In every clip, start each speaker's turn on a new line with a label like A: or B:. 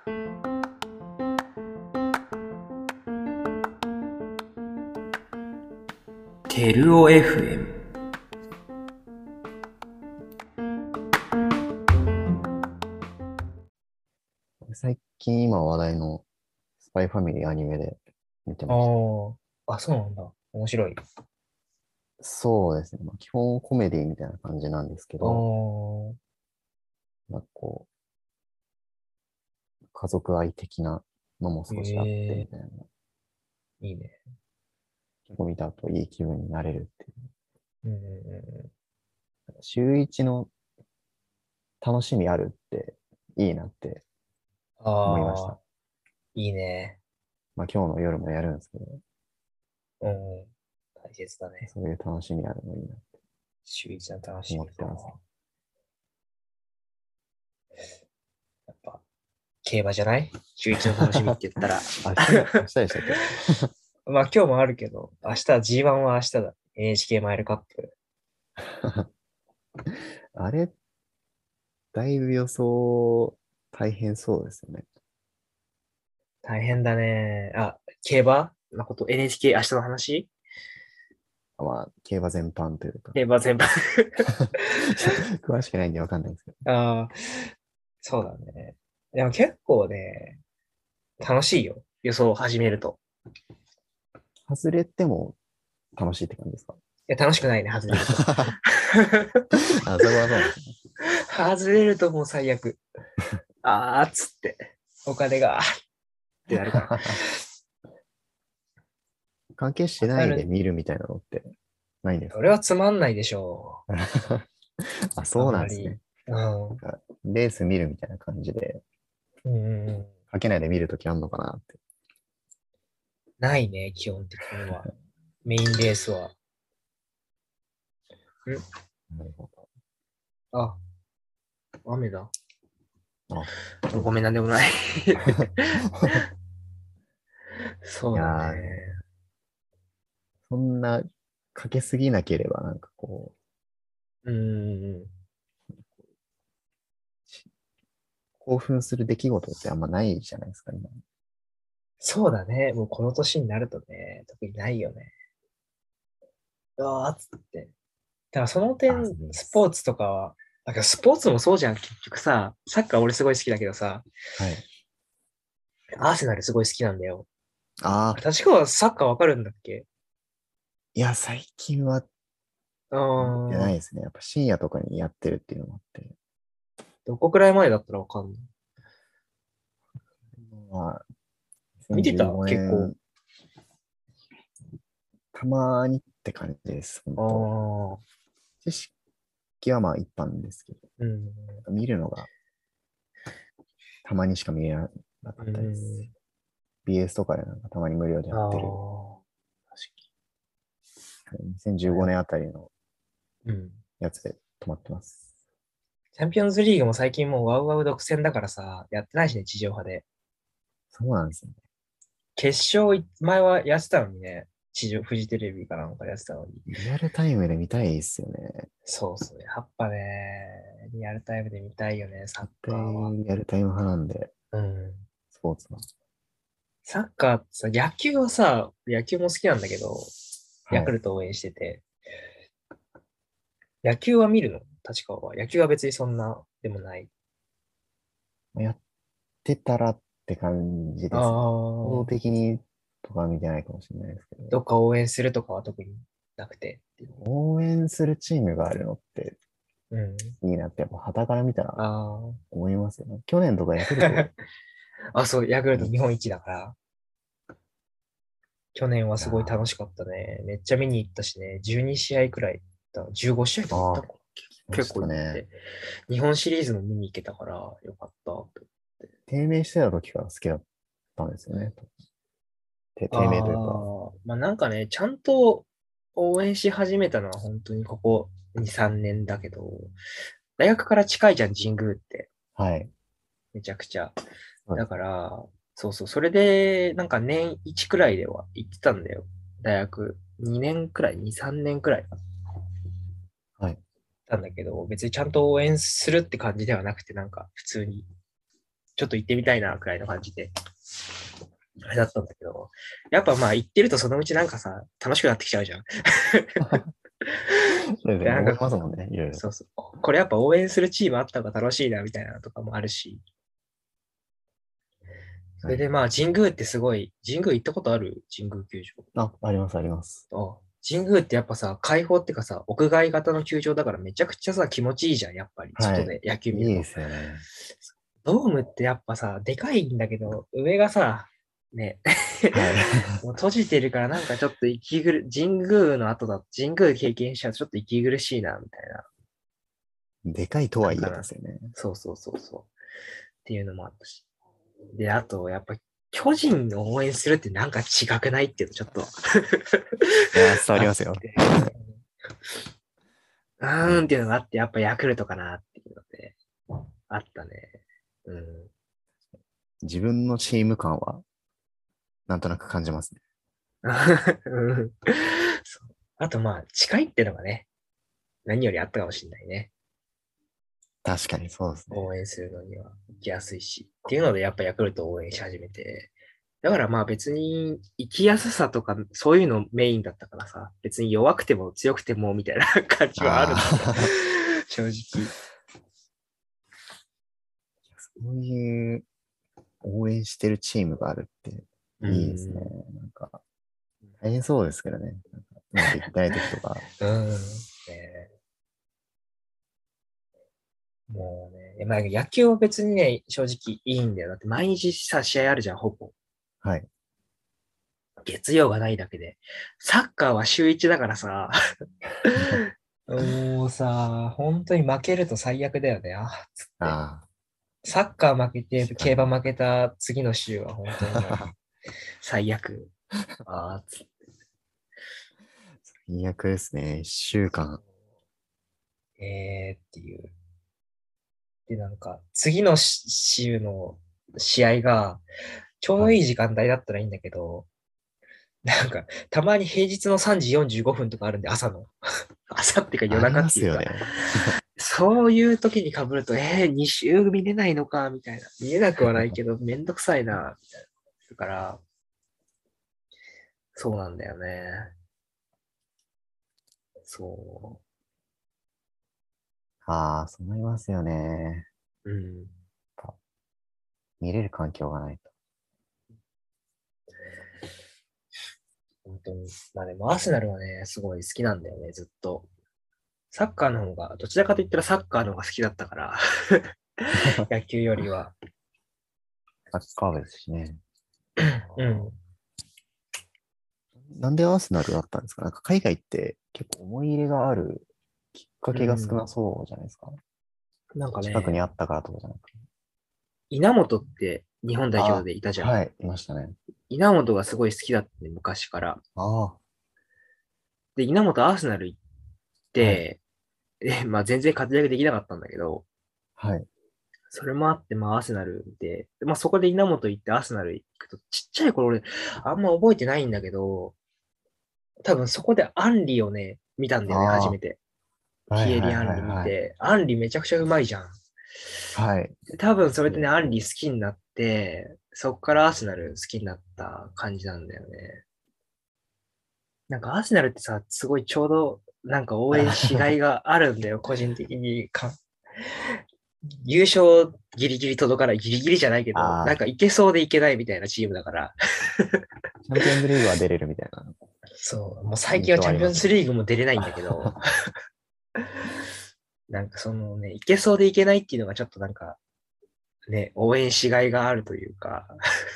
A: テルオ FM。
B: 最近今話題のスパイファミリーアニメで見て
C: あ
B: ました。
C: あ、そうなんだ。面白い。
B: そうですね。基本コメディみたいな感じなんですけ
C: あ
B: ど、
C: あ、
B: こう、家族愛的なのも少しあってみ
C: ええ
B: たいな。
C: いいね。
B: 結構見た後いい気分になれるっていう。
C: うんうん
B: 週一の楽しみあるっていいなって
C: うん。
B: 思いました。
C: ああ、いいね。
B: 今日の夜もやるんですけど、
C: うん。大切だね。
B: そういう楽しみあるのいいなって
C: 週一の楽しみか。
B: 思ってます。
C: やっぱ、競馬じゃない週一の楽しみって言ったら。
B: 明日でしたっけ？
C: まあ今日もあるけど、明日は G1 は明日だ。NHK マイルカップ。
B: あれ、だいぶ予想大変そうですよね。
C: 大変だね。あ、競馬のこと、NHK 明日の話
B: 競馬全般というか。
C: 競馬全般。
B: 詳しくないんでわかんないんですけど。
C: ああ、そうだね。でも結構ね、楽しいよ。予想を始めると。
B: 外れても楽しいって感じですか？
C: いや、楽しくないね、外れると。
B: あ、そこはそうなんですね。
C: 外れるともう最悪。あーっつって、お金が、ってなるから。
B: 関係しないで
C: 当たる。
B: 見るみたいなのってないんですか？
C: それはつまんないでしょ
B: あ、
C: う。あ
B: そう
C: んまり。
B: なんですね。
C: うん。うん
B: レース見るみたいな感じで、
C: うんうん。
B: かけないで見るときあんのかなって。
C: ないね、基本的には。メインレースは。
B: なるほ
C: あ、雨だ。
B: ど。あ、
C: ごめん、なんでもない。
B: い
C: そうだ
B: やー、
C: ね。
B: そんなかけすぎなければ、
C: うんうんうん。
B: 興奮する出来事ってあんまないじゃないですか、今。
C: そうだね。もうこの年になるとね、特にないよね。うわーっつって。だからその
B: あ、そ
C: 点、
B: うです。
C: スポーツとかは、なんかスポーツもそうじゃん、結局さ、サッカー俺すごい好きだけどさ、
B: はい。
C: アーセナルすごい好きなんだよ。
B: ああ、
C: 確かはサッカーわかるんだっけ？
B: いや、最近は
C: あ
B: 見てない
C: ー、
B: ですね。やっぱ深夜とかにやってるっていうのもあって。
C: どこくらい前だったらわかんない。
B: まあ、
C: 見て
B: 2015
C: た結構。
B: 年、たまにって感じです、本
C: あ
B: 当。
C: あ、
B: 知識は一般ですけ
C: うん、
B: ど、見るのがたまにしか見れなか
C: う
B: ったです。
C: ん、
B: BS とかでたまに無料でや
C: あ
B: ってる、
C: あ、確
B: 2015
C: かに。
B: 年あたりの
C: うん。
B: やつで止まってます。
C: チャンピオンズリーグも最近もうワウワウ独占だからさ、やってないしね、地上波で。
B: そうなんですね。
C: 決勝前はやってたのにね、フジテレビかなんかやってたのに。
B: リアルタイムで見たいですよね。
C: そうそう。やっぱね、リアルタイムで見たいよね、サッ
B: 絶対
C: カーは。
B: リアルタイム派なんで、
C: うん。
B: スポーツは。
C: サッカーってさ、野球はさ、野球も好きなんだけど、ヤ
B: はい。
C: クルト応援してて、野球は見るの立川は。野球は別にそんなでもない。
B: やってたらって感じ
C: あ
B: ですね。行動
C: あ、
B: 的にとかは見てないかもしれないですけど、
C: どっか応援するとかは特になくてっていう。
B: 応援するチームがあるのって
C: うん。
B: いいなって、やっぱ傍から見たら
C: あ
B: 思いますよね。去年とかヤクルト
C: あ。あ、そう、ヤクルト
B: に、
C: 日本一だから。去年は
B: いや
C: すごい楽しかったね。めっちゃ見に行ったしね。12試合くらい行った。15試合とか行った
B: ああ、
C: のかな。
B: 来ま
C: 結
B: したね。
C: 構行って。日本シリーズも見に行けたからよかったと思って。
B: 低迷してた時から好きだったんですよね。低迷というか、
C: ああ、まあなんかね、ちゃんと応援し始めたのは本当にここ2、3年だけど、大学から近いじゃん、神宮って。
B: はい。
C: めちゃくちゃ。だ
B: そうですね。
C: から、そうそう、それで、なんか年1くらいでは行ってたんだよ。大学2年くらい、2、3年くらい行っ
B: はい。
C: たんだけど、別にちゃんと応援するって感じではなくて、なんか普通にちょっと行ってみたいな、くらいの感じで、あれだったんだけど、やっぱまあ行ってるとそのうちなんかさ、楽しくなってきちゃうじゃん。
B: そうですね。
C: なんか
B: 思いますもんね、いろいろ。
C: そうそう。これやっぱ応援するチームあった方が楽しいな、みたいなのとかもあるし。それでまあ神宮ってすごい、神宮行ったことある？神宮球
B: あ、あります、あります。
C: 場。神宮ってやっぱさ、開放っていうかさ、屋外型の球場だからめちゃくちゃさ、気持ちいいじゃん、やっぱり。
B: はい。
C: 外で野球見
B: いいで
C: ると。
B: すよね。
C: ドームってやっぱさ、でかいんだけど、上がさ、ね、
B: はい。
C: もう閉じてるからなんかちょっと神宮の後だ、神宮経験しちゃうとちょっと息苦しいな、みたいな。
B: でかいとはいえ
C: なんかな。
B: ですよね。
C: そうそうそうそう。っていうのもあったし。で、あと、やっぱ、巨人を応援するってなんか違くないっていうのちょっと
B: いや、伝わりますよ。
C: っていうのがあって、やっぱヤクルトかなっていうので、あったね。うん。
B: 自分のチーム感は、なんとなく感じますね。
C: うんそうあと、まあ、近いっていうのがね、何よりあったかもしれないね。
B: 確かにそうですね。
C: 応援するのには行きやすいし。っていうので、やっぱヤクルトを応援し始めて。だからまあ別に行きやすさとかそういうのメインだったからさ、別に弱くても強くてもみたいな感じはあるんだけど、
B: ああ、
C: 正直。
B: そういう応援してるチームがあるっていいですね。なんか、大変そうですけどね。なんかうまくいってない時とか。
C: ねもうね、まあ野球は別にね、正直いいんだよ。だって毎日さ、試合あるじゃん、ほぼ。
B: はい。
C: 月曜がないだけで。サッカーは週一だからさ、もうさ、本当に負けると最悪だよね。つって。
B: ああ、
C: サッカー負けて、
B: 確かに。
C: 競馬負けた次の週は本当にもう最悪。つって。
B: 最悪ですね。一週間。
C: っていう。で、なんか、次の週の試合が、ちょうど
B: はい。
C: いい時間帯だったらいいんだけど、なんか、たまに平日の3時45分とかあるんで、朝の。朝っていうか夜
B: あり
C: 中っていうか、
B: ますよね。
C: そういう時に被ると、2週見れないのか、みたいな。見えなくはないけど、めんどくさいな、みたいな。だから、そうなんだよね。そ
B: ああ、そうなりますよね。
C: う。うん。
B: やっぱ見れる環境がないと。
C: 本当に。まあでも、アーセナルはね、すごい好きなんだよね、ずっと。サッカーの方が、どちらかといったらサッカーの方が好きだったから、野球よりは。
B: サッカー部ですしね。
C: うん。
B: なんでアーセナルだったんですか？なんか海外って結構思い入れがあるきっかけが少なそうじゃないですか。
C: なんか
B: 近くに
C: ね、
B: あったからとかじゃなくて。
C: 稲本って日本代表
B: あ
C: でいたじ
B: あ、
C: ゃん。
B: はい、いましたね。
C: 稲本がすごい好きだったね、昔から。
B: あ
C: で、稲本アーセナル行っ
B: あ、はい、
C: て、まあ全然活躍できなかったんだけど、
B: はい。
C: それもあって、まあアーセナルで、まあそこで稲本行ってアーセナル行くと、ちっちゃい頃俺、あんま覚えてないんだけど、多分そこでアンリをね、見たんだよね、初
B: あ
C: めて。
B: あ、はい、
C: ティエリ・
B: はい、はい、
C: アンリ見
B: はい。
C: て、アンリめちゃくちゃうまいじゃん。
B: はい。
C: で多分それでね、
B: そうですね。
C: アンリ好きになって、そっからアーセナル好きになった感じなんだよね。なんかアーセナルってさ、すごいちょうど、なんか応援しがいがあるんだよ、個人的に優勝ギリギリ届かない、ギリギリじゃないけど、なん
B: ああ、
C: かいけそうでいけないみたいなチームだから、
B: チャンピオンズリーグは出れるみたいな
C: そう、もう最近
B: 印
C: はチャンピオン
B: 象ありますね。
C: ズリーグも出れないんだけど、なんかそのね、いけそうでいけないっていうのがちょっとなんか、ね、応援しがいがあるというか、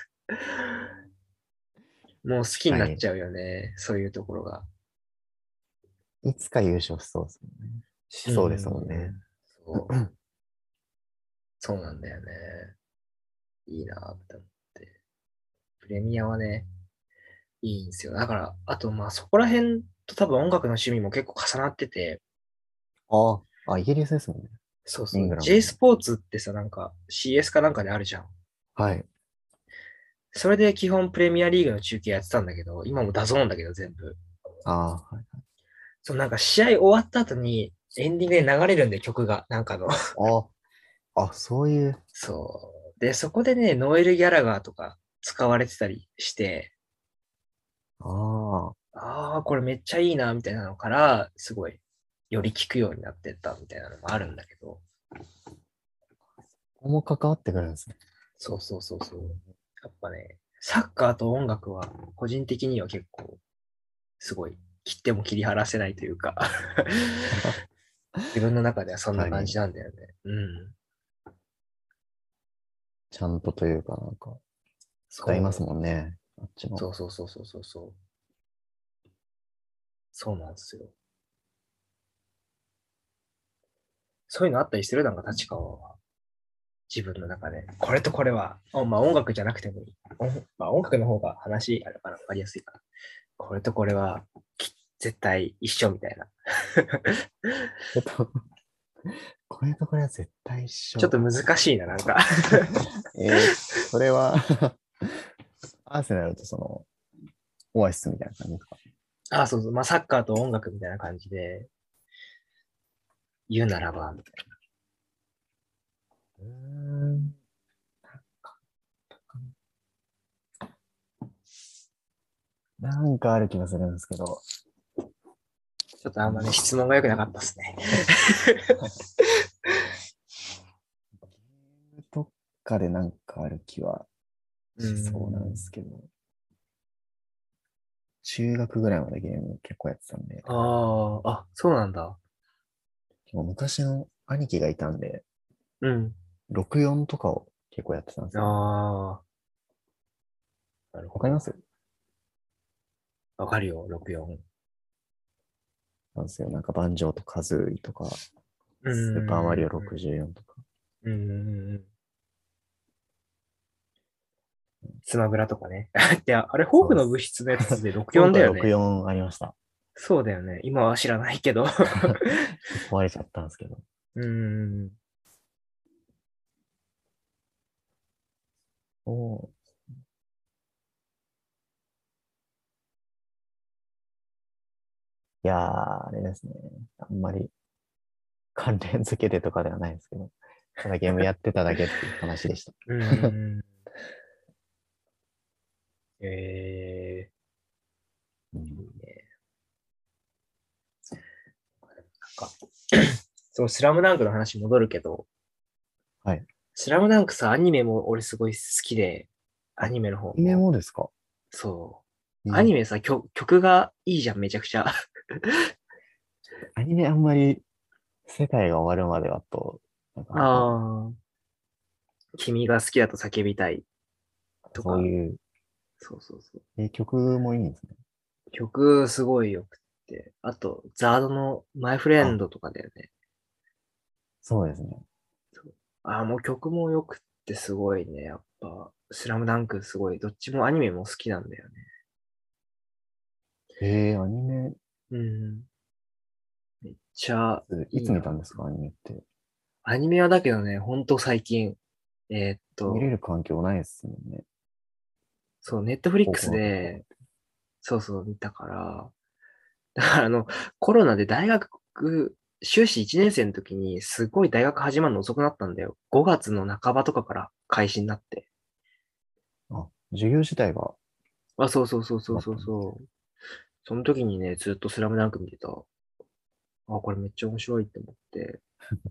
C: もう好きに
B: はい。
C: なっちゃうよね、そういうところが。
B: いつか優勝しそうですもんね。し
C: う
B: そうですもんね。
C: ん、そう、そうなんだよね。いいなって思って。プレミアはね、いいんですよ。だから、あとまあそこら辺と多分音楽の趣味も結構重なってて、
B: ああ、イギリスですもんね。
C: そうそう、
B: イングランド
C: J
B: の。
C: スポーツってさ、なんか CS かなんかであるじゃん。
B: はい。
C: それで基本プレミアリーグの中継やってたんだけど、今もダゾーンだけど全部。
B: ああ、はい。
C: そう、なんか試合終わった後にエンディングで流れるんで曲が、なんかの。
B: ああ、そういう、
C: そで、そこでね、ノエル・ギャラガーとか使われてたりして、
B: ああ、
C: ああ、これめっちゃいいな、みたいなのから、すごい、より聞くようになってったみたいなのもあるんだけど、
B: ここも関わってくるんですね。
C: そうそうそうそう。やっぱね、サッカーと音楽は、個人的には結構、すごい、切っても切り離せないというか自分の中ではそんな感じなんだよね。うん。
B: ちゃんとというか、なんか、
C: そう
B: 使いますもんね。あっちの。
C: そうそうそうそうそうそう。そうなんですよ。そういうのあったりするなんか立川は。自分の中で。これとこれは、まあ音楽じゃなくてもいい。まあ音楽の方が話あるかな、わかりやすいかな。これとこれは絶対一緒みたいな。
B: えっと、これとこれは絶対一緒。
C: ちょっと難しいな、なんか
B: それはアーセナルとその、オアシスみたいな感じですか？
C: あ、そうそう。まあサッカーと音楽みたいな感じで言うならば、みた
B: うーん。なんかある気がするんですけど。
C: いな。ちょっとあんまね、質問が良くなかったですね。
B: ゲームとかでなんかある気は
C: う
B: しそうなんで
C: ん。
B: すけど。中学ぐらいまでゲーム結構やってたんで。
C: ああ、あ、そうなんだ。
B: 結構昔の兄貴がいたんで、
C: うん。
B: 64とかを結構やってたんですよね。
C: ああ、なるほど。
B: わかります？
C: わかるよ、64。
B: なんですよ。なんかバンジョーとカズーイとか、
C: う
B: スーパーマリオ
C: ん。
B: 64とか。
C: うん。スマブラとかね。いや、あれ、ホークの物質のやつで64
B: 僕は
C: だよね。
B: 64ありました。
C: そうだよね。今は知らないけど。
B: 壊れちゃったんですけど。
C: うん。
B: おいやー、あれですね。あんまり関連付けてとかではないですけど、ただゲームやってただけっていう話でした。
C: うん。え
B: うん、
C: いいね。なんか、そう、スラムダンクの話戻るけど、
B: はい。
C: スラムダンクさ、アニメも俺すごい好きで、ア
B: あ、
C: ニメの方
B: アニメ
C: も。
B: もですか？
C: そう。ア
B: え
C: ニメさ、曲がいいじゃん、めちゃくちゃ。
B: アニメあんまり世界が終わるまではと、なかなか
C: ああ、君が好きだと叫びたいとか。
B: そういう、
C: そうそうそう。
B: 曲もいいんですね。
C: 曲すごい良くって。あと、ザードのマイフレン
B: あ、
C: ドとかだよね。
B: そうですね。
C: そうもう曲も良くってすごいね。やっぱ、スラムダンクすごい。どっちもアニメも好きなんだよね。
B: アニメ、
C: うん。めっちゃ
B: いつ見
C: いいな。
B: たんですか？アニメって。
C: アニメはだけどね、ほんと最近。
B: 見れる環境ないですもんね。
C: そう、ネットフリックス
B: 高校の時とかっ
C: で、
B: て。
C: そうそう見たから、だからコロナで大学、修士1年生の時に、すごい大学始まるの遅くなったんだよ。5月の半ばとかから開始になって。
B: あ、授業自体が
C: あ、そうそうそうそう
B: だったんです。
C: そうそう。その時にね、ずっとスラムダンク見てた。あ、これめっちゃ面白いって思って。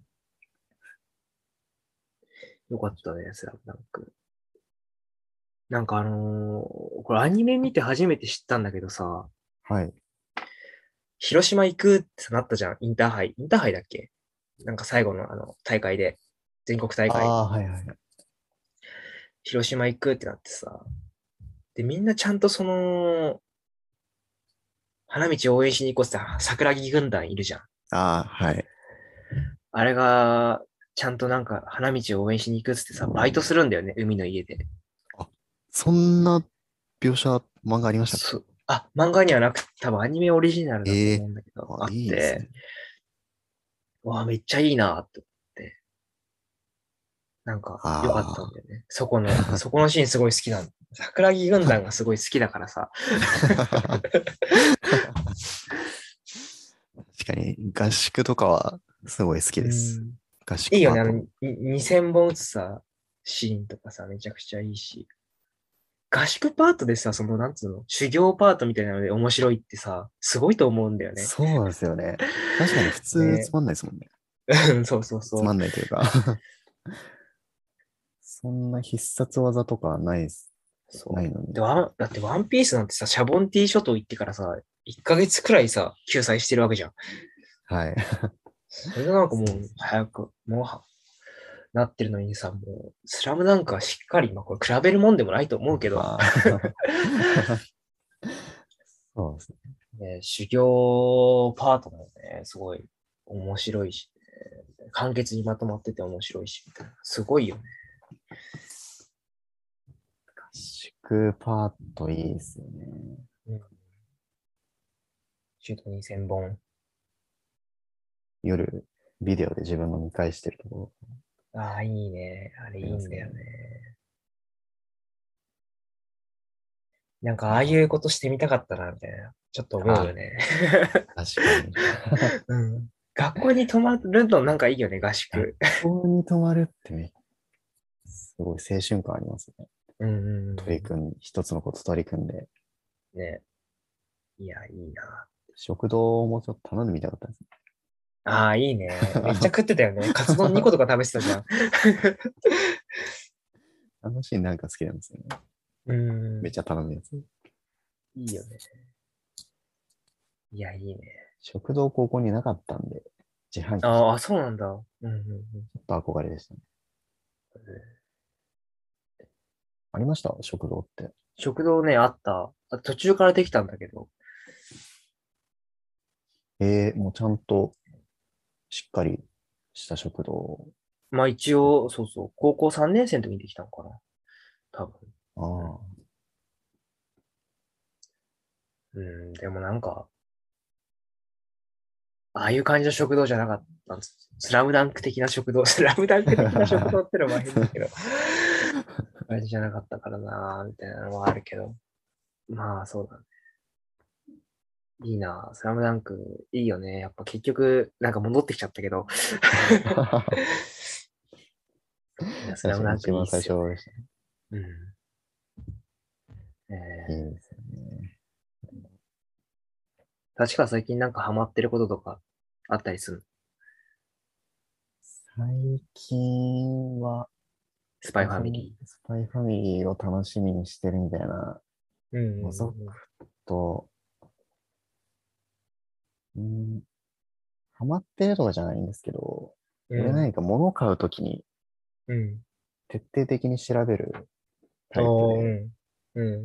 C: よかったね、スラムダンク。なんかこれアニメ見て初めて知ったんだけどさ、
B: はい。
C: 広島行くってなったじゃん、インターハイ。インターハイだっけ？なんか最後の大会で、全国大会。
B: ああ、はいはい。
C: 広島行くってなってさ。で、みんなちゃんと花道応援しに行こうってさ、桜木軍団いるじゃん。
B: ああ、はい。
C: あれが、ちゃんとなんか花道を応援しに行くっつってさ、バイトするんだよね、海の家で。
B: あ、そんな描写、漫画ありましたっけ？
C: 漫画にはなく、多分アニメオリジナルだと
B: ええ、
C: 思うんだけど、
B: あ、
C: あっ
B: いいですね。
C: て、わあ、めっちゃいいなって思って、なんか良かったん
B: あ
C: だよね。そこのシーンすごい好きなの。桜木軍団がすごい好きだからさ。
B: あ。確かに、合宿とかはすごい好き
C: う
B: です。
C: ん。
B: 合
C: いいよね、
B: 宿パート。
C: 2000本打つさ、 シーンとかさ、めちゃくちゃいいし。合宿パートでさ、なんつうの、修行パートみたいなので面白いってさ、すごいと思うんだよね。
B: そうなんですよね。確かに普通つ
C: ね。
B: まんないですもんね。
C: うんそうそう
B: つま
C: そ
B: んないというかそんな必殺技とかないっす、
C: う。そう。
B: ないのに。
C: だってワンピースなんてさ、シャボンティー諸島行ってからさ、1ヶ月くらいさ、救済してるわけじゃん。
B: はい。
C: それがなんかもう
B: そうです。
C: 早く、なってるのにさ、もう、スラムダンクはしっかり、まあこれ比べるもんでもないと思うけど、
B: まあそうですね。
C: ね、修行パートもね、すごい面白いし、ね、簡潔にまとまってて面白いし、みたいな。すごいよね。
B: 宿パートいいですよね。
C: うん。シュート2000本。
B: 夜、ビデオで自分の見返してるとこ
C: ああ、いいね。あれい
B: ろありますね。
C: いんだよね。なんか、ああいうことしてみたかったな、みたいな。ちょっと思うよ
B: あ、
C: ね。
B: 確かに。
C: うん。学校に泊まるのなんかいいよね、合
B: 学
C: 宿。
B: 校に泊まるってすごい青春感ありますね。
C: うんうんうん。
B: 一つのこと取り組んで、
C: ね。いや、いいな。
B: 食堂もちょっと頼んでみたかったですね。
C: ああ、いいね。めっちゃ食ってたよね。カツ丼2個とか食べてたじゃん。
B: あのシーンなんか好きなんですよね。
C: うん。
B: めっちゃ頼むやつ。
C: いいよね。いや、いいね。
B: 食堂高校になかったんで、自販機ち
C: ああ、そうなんだ。うんうんうん。
B: ょっと憧れでしたね。ありました食堂って。
C: 食堂ね、あった。途中からできたんだけど。
B: もうちゃんとしっかりした食堂。
C: まあ一応、そうそう、高校3年生の時にできたのかな。多分。
B: ああ、
C: うん、でもなんか、ああいう感じの食堂じゃなかったんです。スラムダンク的な食堂、スラムダンク的な食堂ってのは変だけど、感じじゃなかったからなみたいなのはあるけど。まあ、そうだね。いいなスラムダンク、いいよね。やっぱ結局、なんか戻ってきちゃったけど。いや、スラムダンクいい
B: 確かに一番
C: っすよね。
B: 最初でしたね。
C: うん。
B: いい
C: え
B: ですよね。
C: 確か最近なんかハマってることとかあったりするの？
B: 最近は、
C: スパイファ
B: その
C: ミリ
B: スパイファミリーを楽しみにしてるみたいな、
C: ー。うん
B: 覗く
C: うん
B: と、うん、ハマってるとかじゃないんですけど、
C: うん。うん。
B: 俺何か物を買うときに
C: うん。
B: 徹底的に調べるタイプ
C: おー、
B: で、
C: うん。うん。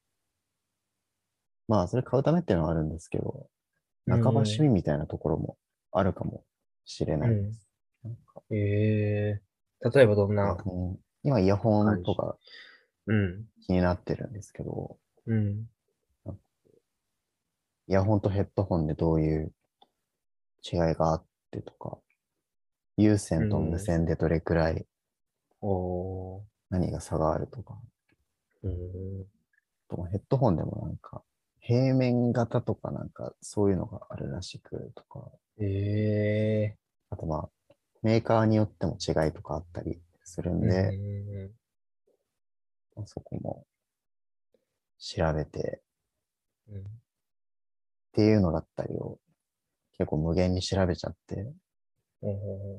B: まあ、それ買うためっていうのはあるんですけど、
C: う
B: 半ば趣味
C: ん。
B: みたいなところもあるかもしれ
C: うん。
B: ないです。なんか
C: え例えばどんな
B: 今イヤホン
C: 感じ？
B: とか
C: うん。
B: 気になってるんですけど、
C: うん。
B: イヤホンとヘッドホンでどういう違いがあってとか、有線と無
C: うん。
B: 線でどれくらい
C: おー。
B: 何が差があるとか、
C: うん。
B: とヘッドホンでもなんか平面型とかなんかそういうのがあるらしくとか、
C: え
B: あとまあメーカーによっても違いとかあったりするん
C: う
B: で、
C: ん。
B: まあそこも調べて
C: うん。
B: っていうのだったりを結構無限に調べちゃって、
C: おー。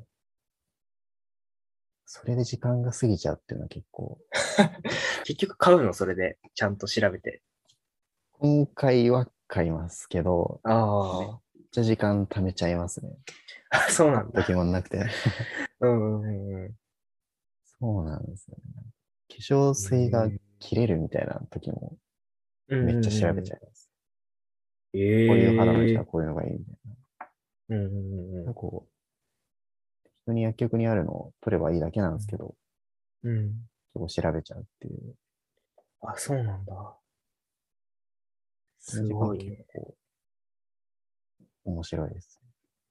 B: それで時間が過ぎちゃうっていうのは結構、
C: 結局買うのそれで、ちゃんと調べて。
B: 今回は買いますけど、めっ
C: あ
B: ちゃ時間貯めちゃいますね。
C: あ。そうなんだ。
B: 買っときもなくて。
C: うんうんう
B: そうなんですよね。化粧
C: ん。
B: 水が切れるみたいな時も
C: うん
B: めっちゃ調べ
C: うんうん。
B: ちゃいます。こういう肌の人は
C: ええ
B: こういうのがいいみたい
C: うんうんう
B: な。
C: ん
B: こう、人に薬局にあるのを取ればいいだけなんですけど、
C: うん。うん。
B: 結構調べちゃうっていう。
C: あ、そうなんだ。す
B: その時間
C: ごいね。
B: 結構面白いです。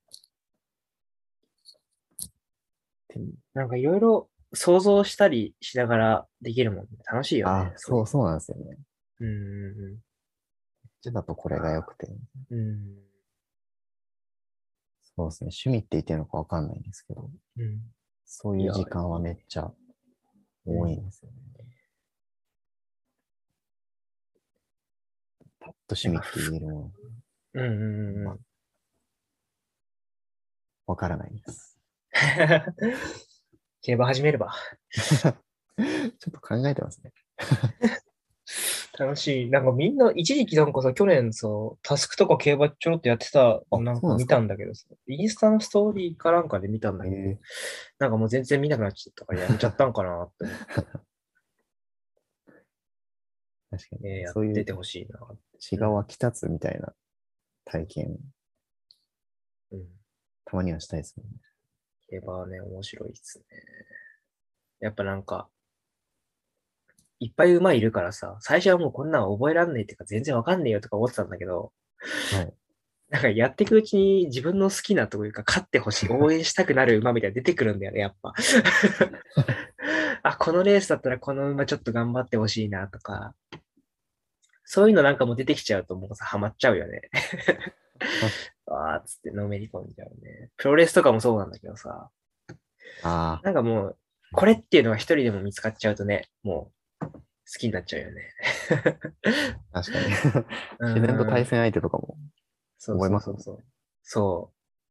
B: っていう
C: なんかいろいろ想像したりしながらできるもんね。楽しいよね、そういう。
B: そうなんですよね。こ
C: うんうん
B: っちだとこれが良
C: あ
B: くて。
C: うん。
B: そうですね。趣味って言ってるのかわかんないんですけど、
C: うん。
B: そう
C: いや、
B: いう時間は
C: いいね。
B: めっちゃ多いんですよね。パッと趣味って言えるも
C: うんうんうん
B: の、
C: うん。
B: わからないです。
C: 競馬始めれば。
B: ちょっと考えてますね。
C: 楽しい。なんかみんな、一時期なんかさ、去年さ、タスクとか競馬ちょろっとやってた、
B: あ、
C: なんか見
B: そうなんですか。
C: たんだけどさ、インスタのストーリーかなんかで見たんだけど、
B: え
C: なんかもう全然見なくなっちゃったからやめちゃったんかなって思って、
B: 確かに、
C: やっ
B: そういう
C: ててほしいな。
B: 血が湧き立つみたいな体験、
C: うん。
B: たまにはしたいですもんね。
C: 競馬はね、面白いっすね。やっぱなんか、いっぱい馬いるからさ、最初はもうこんなの覚えらんねえっていうか全然わかんねえよとか思ってたんだけど、
B: はい。
C: なんかやっていくうちに自分の好きなというか、勝ってほしい、応援したくなる馬みたいなの出てくるんだよね、やっぱ。あ、このレースだったらこの馬ちょっと頑張ってほしいなとか、そういうのなんかもう出てきちゃうともうさ、ハマっちゃうよね。あーっつってのめり込んじゃうね。プロレスとかもそうなんだけどさ、
B: あ
C: なんかもう、これっていうのが一人でも見つかっちゃうとね、もう好きになっちゃうよね。
B: あ、確かに。
C: う
B: 自然と対
C: ーん。
B: 戦相手とかも
C: そう
B: 覚えますもんね。
C: そうそうそう。そ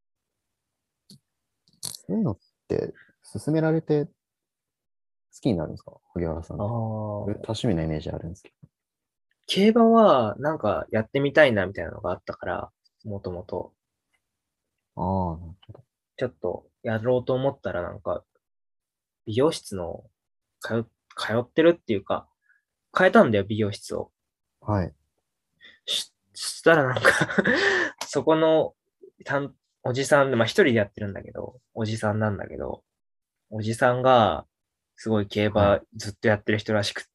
B: そういうのって勧められて好きになるんですか、萩原さん
C: う。
B: って。多
C: ああ。
B: 趣味なイメージあるんですけ
C: 競馬はなんかやってみたいなみたいなのがあったから、もともと。
B: ど。ああ、なるほど。
C: ちょっとやろうと思ったらなんか、美容室の通ってるっていうか、変えたんだよ、美容室を。
B: はい。
C: したらなんかそこのおじさんで、まあ一人でやってるんだけど、おじさんなんだけど、おじさんが、すごい競
B: はい。
C: 馬ずっとやってる人らしくって、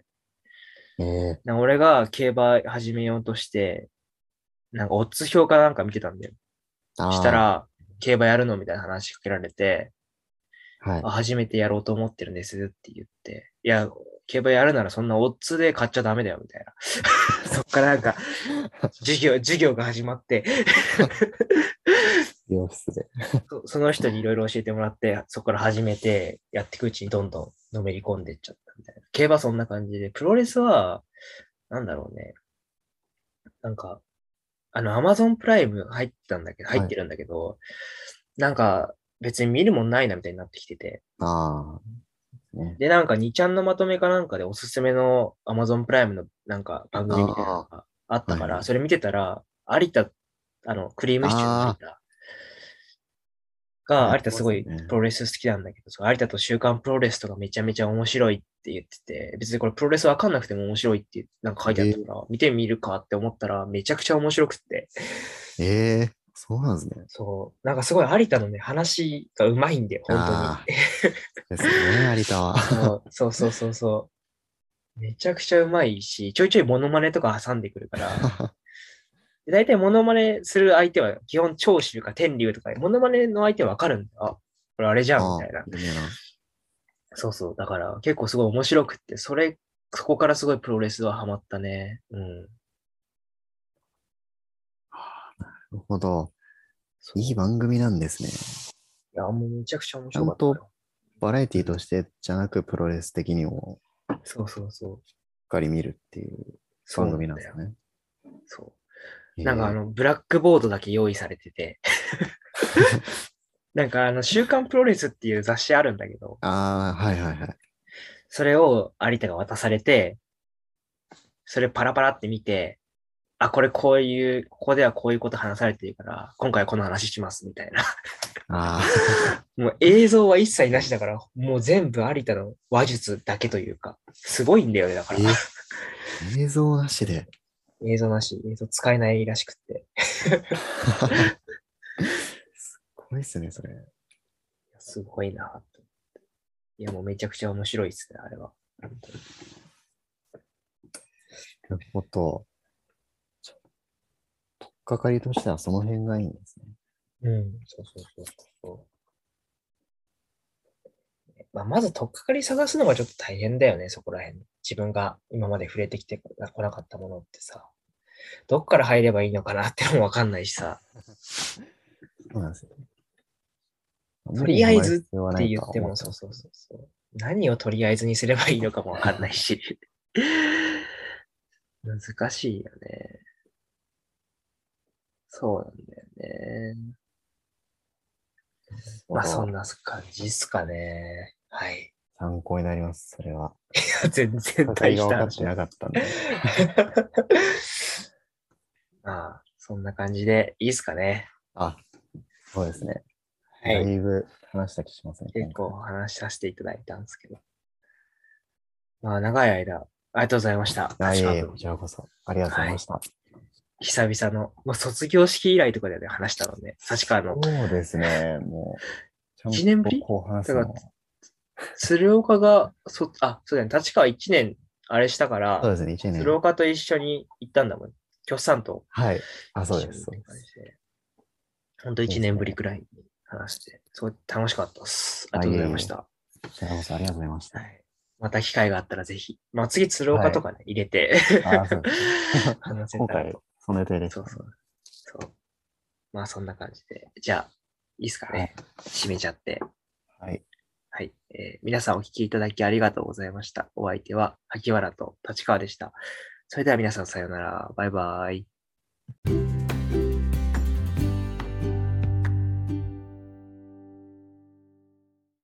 B: ええ、
C: 俺が競馬始めようとして、なんかオッズ表かなんか見てたんだよ。した
B: あ
C: ら、競馬やるのみたいな話しかけられて、
B: あ、はい。
C: あ、初めてやろうと思ってるんですって言って、いや、競馬やるならそんなオッズで買っちゃダメだよ、みたいな。そっからなんか、授業が始まって
B: 美容室で。
C: その人にいろいろ教えてもらって、そこから始めて、やっていくうちにどんどんのめり込んでいっちゃったみたいな。競馬そんな感じで、プロレスは、なんだろうね。なんか、アマゾンプライム入っ
B: はい。
C: てるんだけど、なんか、別に見るもんないなみたいになってきてて。
B: ああ、ね。
C: で、なんか2ちゃんのまとめかなんかでおすすめの Amazon プライムのなんか番組みたいなの
B: あ
C: があっ
B: あ、
C: たから、
B: はいはい。
C: それ見てたら、有田、クリームシチューの有
B: あ
C: 田
B: あ、
C: が、
B: やってま
C: 有田すごい
B: すよね。
C: プロレス好きなんだけど、そう有田と週刊プロレスとかめちゃめちゃ面白いって言ってて、別にこれプロレスわかんなくても面白いってなんか書いてあったか
B: え
C: ら、見てみるかって思ったらめちゃくちゃ面白くって、
B: え、そうなんですね。
C: そう、なんかすごい有田のね、話がうまいんだよ、本当に。
B: ああ、ですよね、有田は。
C: そう。めちゃくちゃうまいし、ちょいちょいモノマネとか挟んでくるから、で大体モノマネする相手は基本長州か天竜とか、モノマネの相手はわかるんだよ。あ、これあれじゃん、み
B: ああ、
C: たいな。
B: 有名な。
C: そうそう。だから結構すごい面白くって、そこからすごいプロレスはハマったね。うん。
B: なるほど。いい
C: そう。
B: 番組なんですね。
C: いや、もうめちゃくちゃ面
B: ちゃんと
C: 白かったよ。
B: バラエテ
C: うん。
B: ィとしてじゃなくプロレス的にも
C: そう。
B: しっかり見るっていう
C: そう
B: 番
C: なんだよ。
B: 組なんですね。
C: そう。なんか
B: ええ、
C: ブラックボードだけ用意されてて、なんか週刊プロレスっていう雑誌あるんだけど、
B: ああ、はいはいはい。
C: それを有田が渡されて、それパラパラって見て、あ、ここではこういうこと話されてるから、今回はこの話しますみたいな。
B: ああ、
C: もう映像は一切なしだから、もう全部有田の話術だけというか、すごいんだよね、だから。
B: え、映像なしで。
C: 映像なし、映像使えないらしくって。
B: すごいっすね、それ。な
C: すごいなと。いや、もうめちゃくちゃ面白いっすね、あれは。本当に
B: るほど。とっかかりとしてはその辺がいいんですね。
C: うん、そう。まあ、まず、とっかかり探すのがちょっと大変だよね、そこら辺。自分が今まで触れてきてこなかったものってさ。どっから入ればいいのかなってのもわかんないしさ。
B: そうなんですよね。無
C: と
B: 理にハマる必
C: りあえずって
B: 要はないと
C: 言っても、
B: は思ってます。
C: そう。 何をとりあえずにすればいいのかもわかんないし。難しいよね。そうなんだよね。まあそんな感じですかね。はい。
B: 参考になります、それは。
C: 全然
B: 素
C: 大
B: 材が分かって
C: した話じゃない。
B: なかったんで。
C: まあ、そんな感じでいいですかね。
B: あ、そうですね。
C: はい。
B: だいぶ話した気しますね、
C: 結構
B: 今回。
C: 話させていただいたんですけど。まあ、長い間、ありがとうございました。
B: いえいえ、
C: 立場君。
B: こちらこそ。ありがとうござい
C: はい。
B: ました。
C: 久々の、もう卒業式以来とかで、ね、話したので、立川の
B: そうですね、もう、ちゃん
C: 1年ぶり
B: とこう話
C: だから、
B: すのは。
C: 鶴岡が、そうだね、立川1年、あれしたから、
B: そうですね、1年。
C: 鶴岡と一緒に行ったんだもん。キョッサンと
B: はい。あ、
C: 一
B: そうです、
C: 緒にって感
B: そうです。
C: じで、ほんと1年ぶり
B: ですね。
C: くらいに話して、すごい楽しかったです。ありが
B: あ、
C: とう
B: いえいえ。
C: ございました。
B: こちらこそありがとうございました。
C: はい。また機会があったらぜひ。まあ次鶴岡
B: はい。
C: とかね、入れて
B: あ、そうですね。
C: 話せ
B: 今回、
C: たらと。
B: その予定でしたね。
C: そうそう。そう。まあそんな感じで。じゃあ、いいですか
B: はい。
C: ね。締めちゃって。
B: はい。
C: はい。皆さんお聞きいただきありがとうございました。お相手は萩原と立川でした。それでは皆さんさようなら。バイバイ。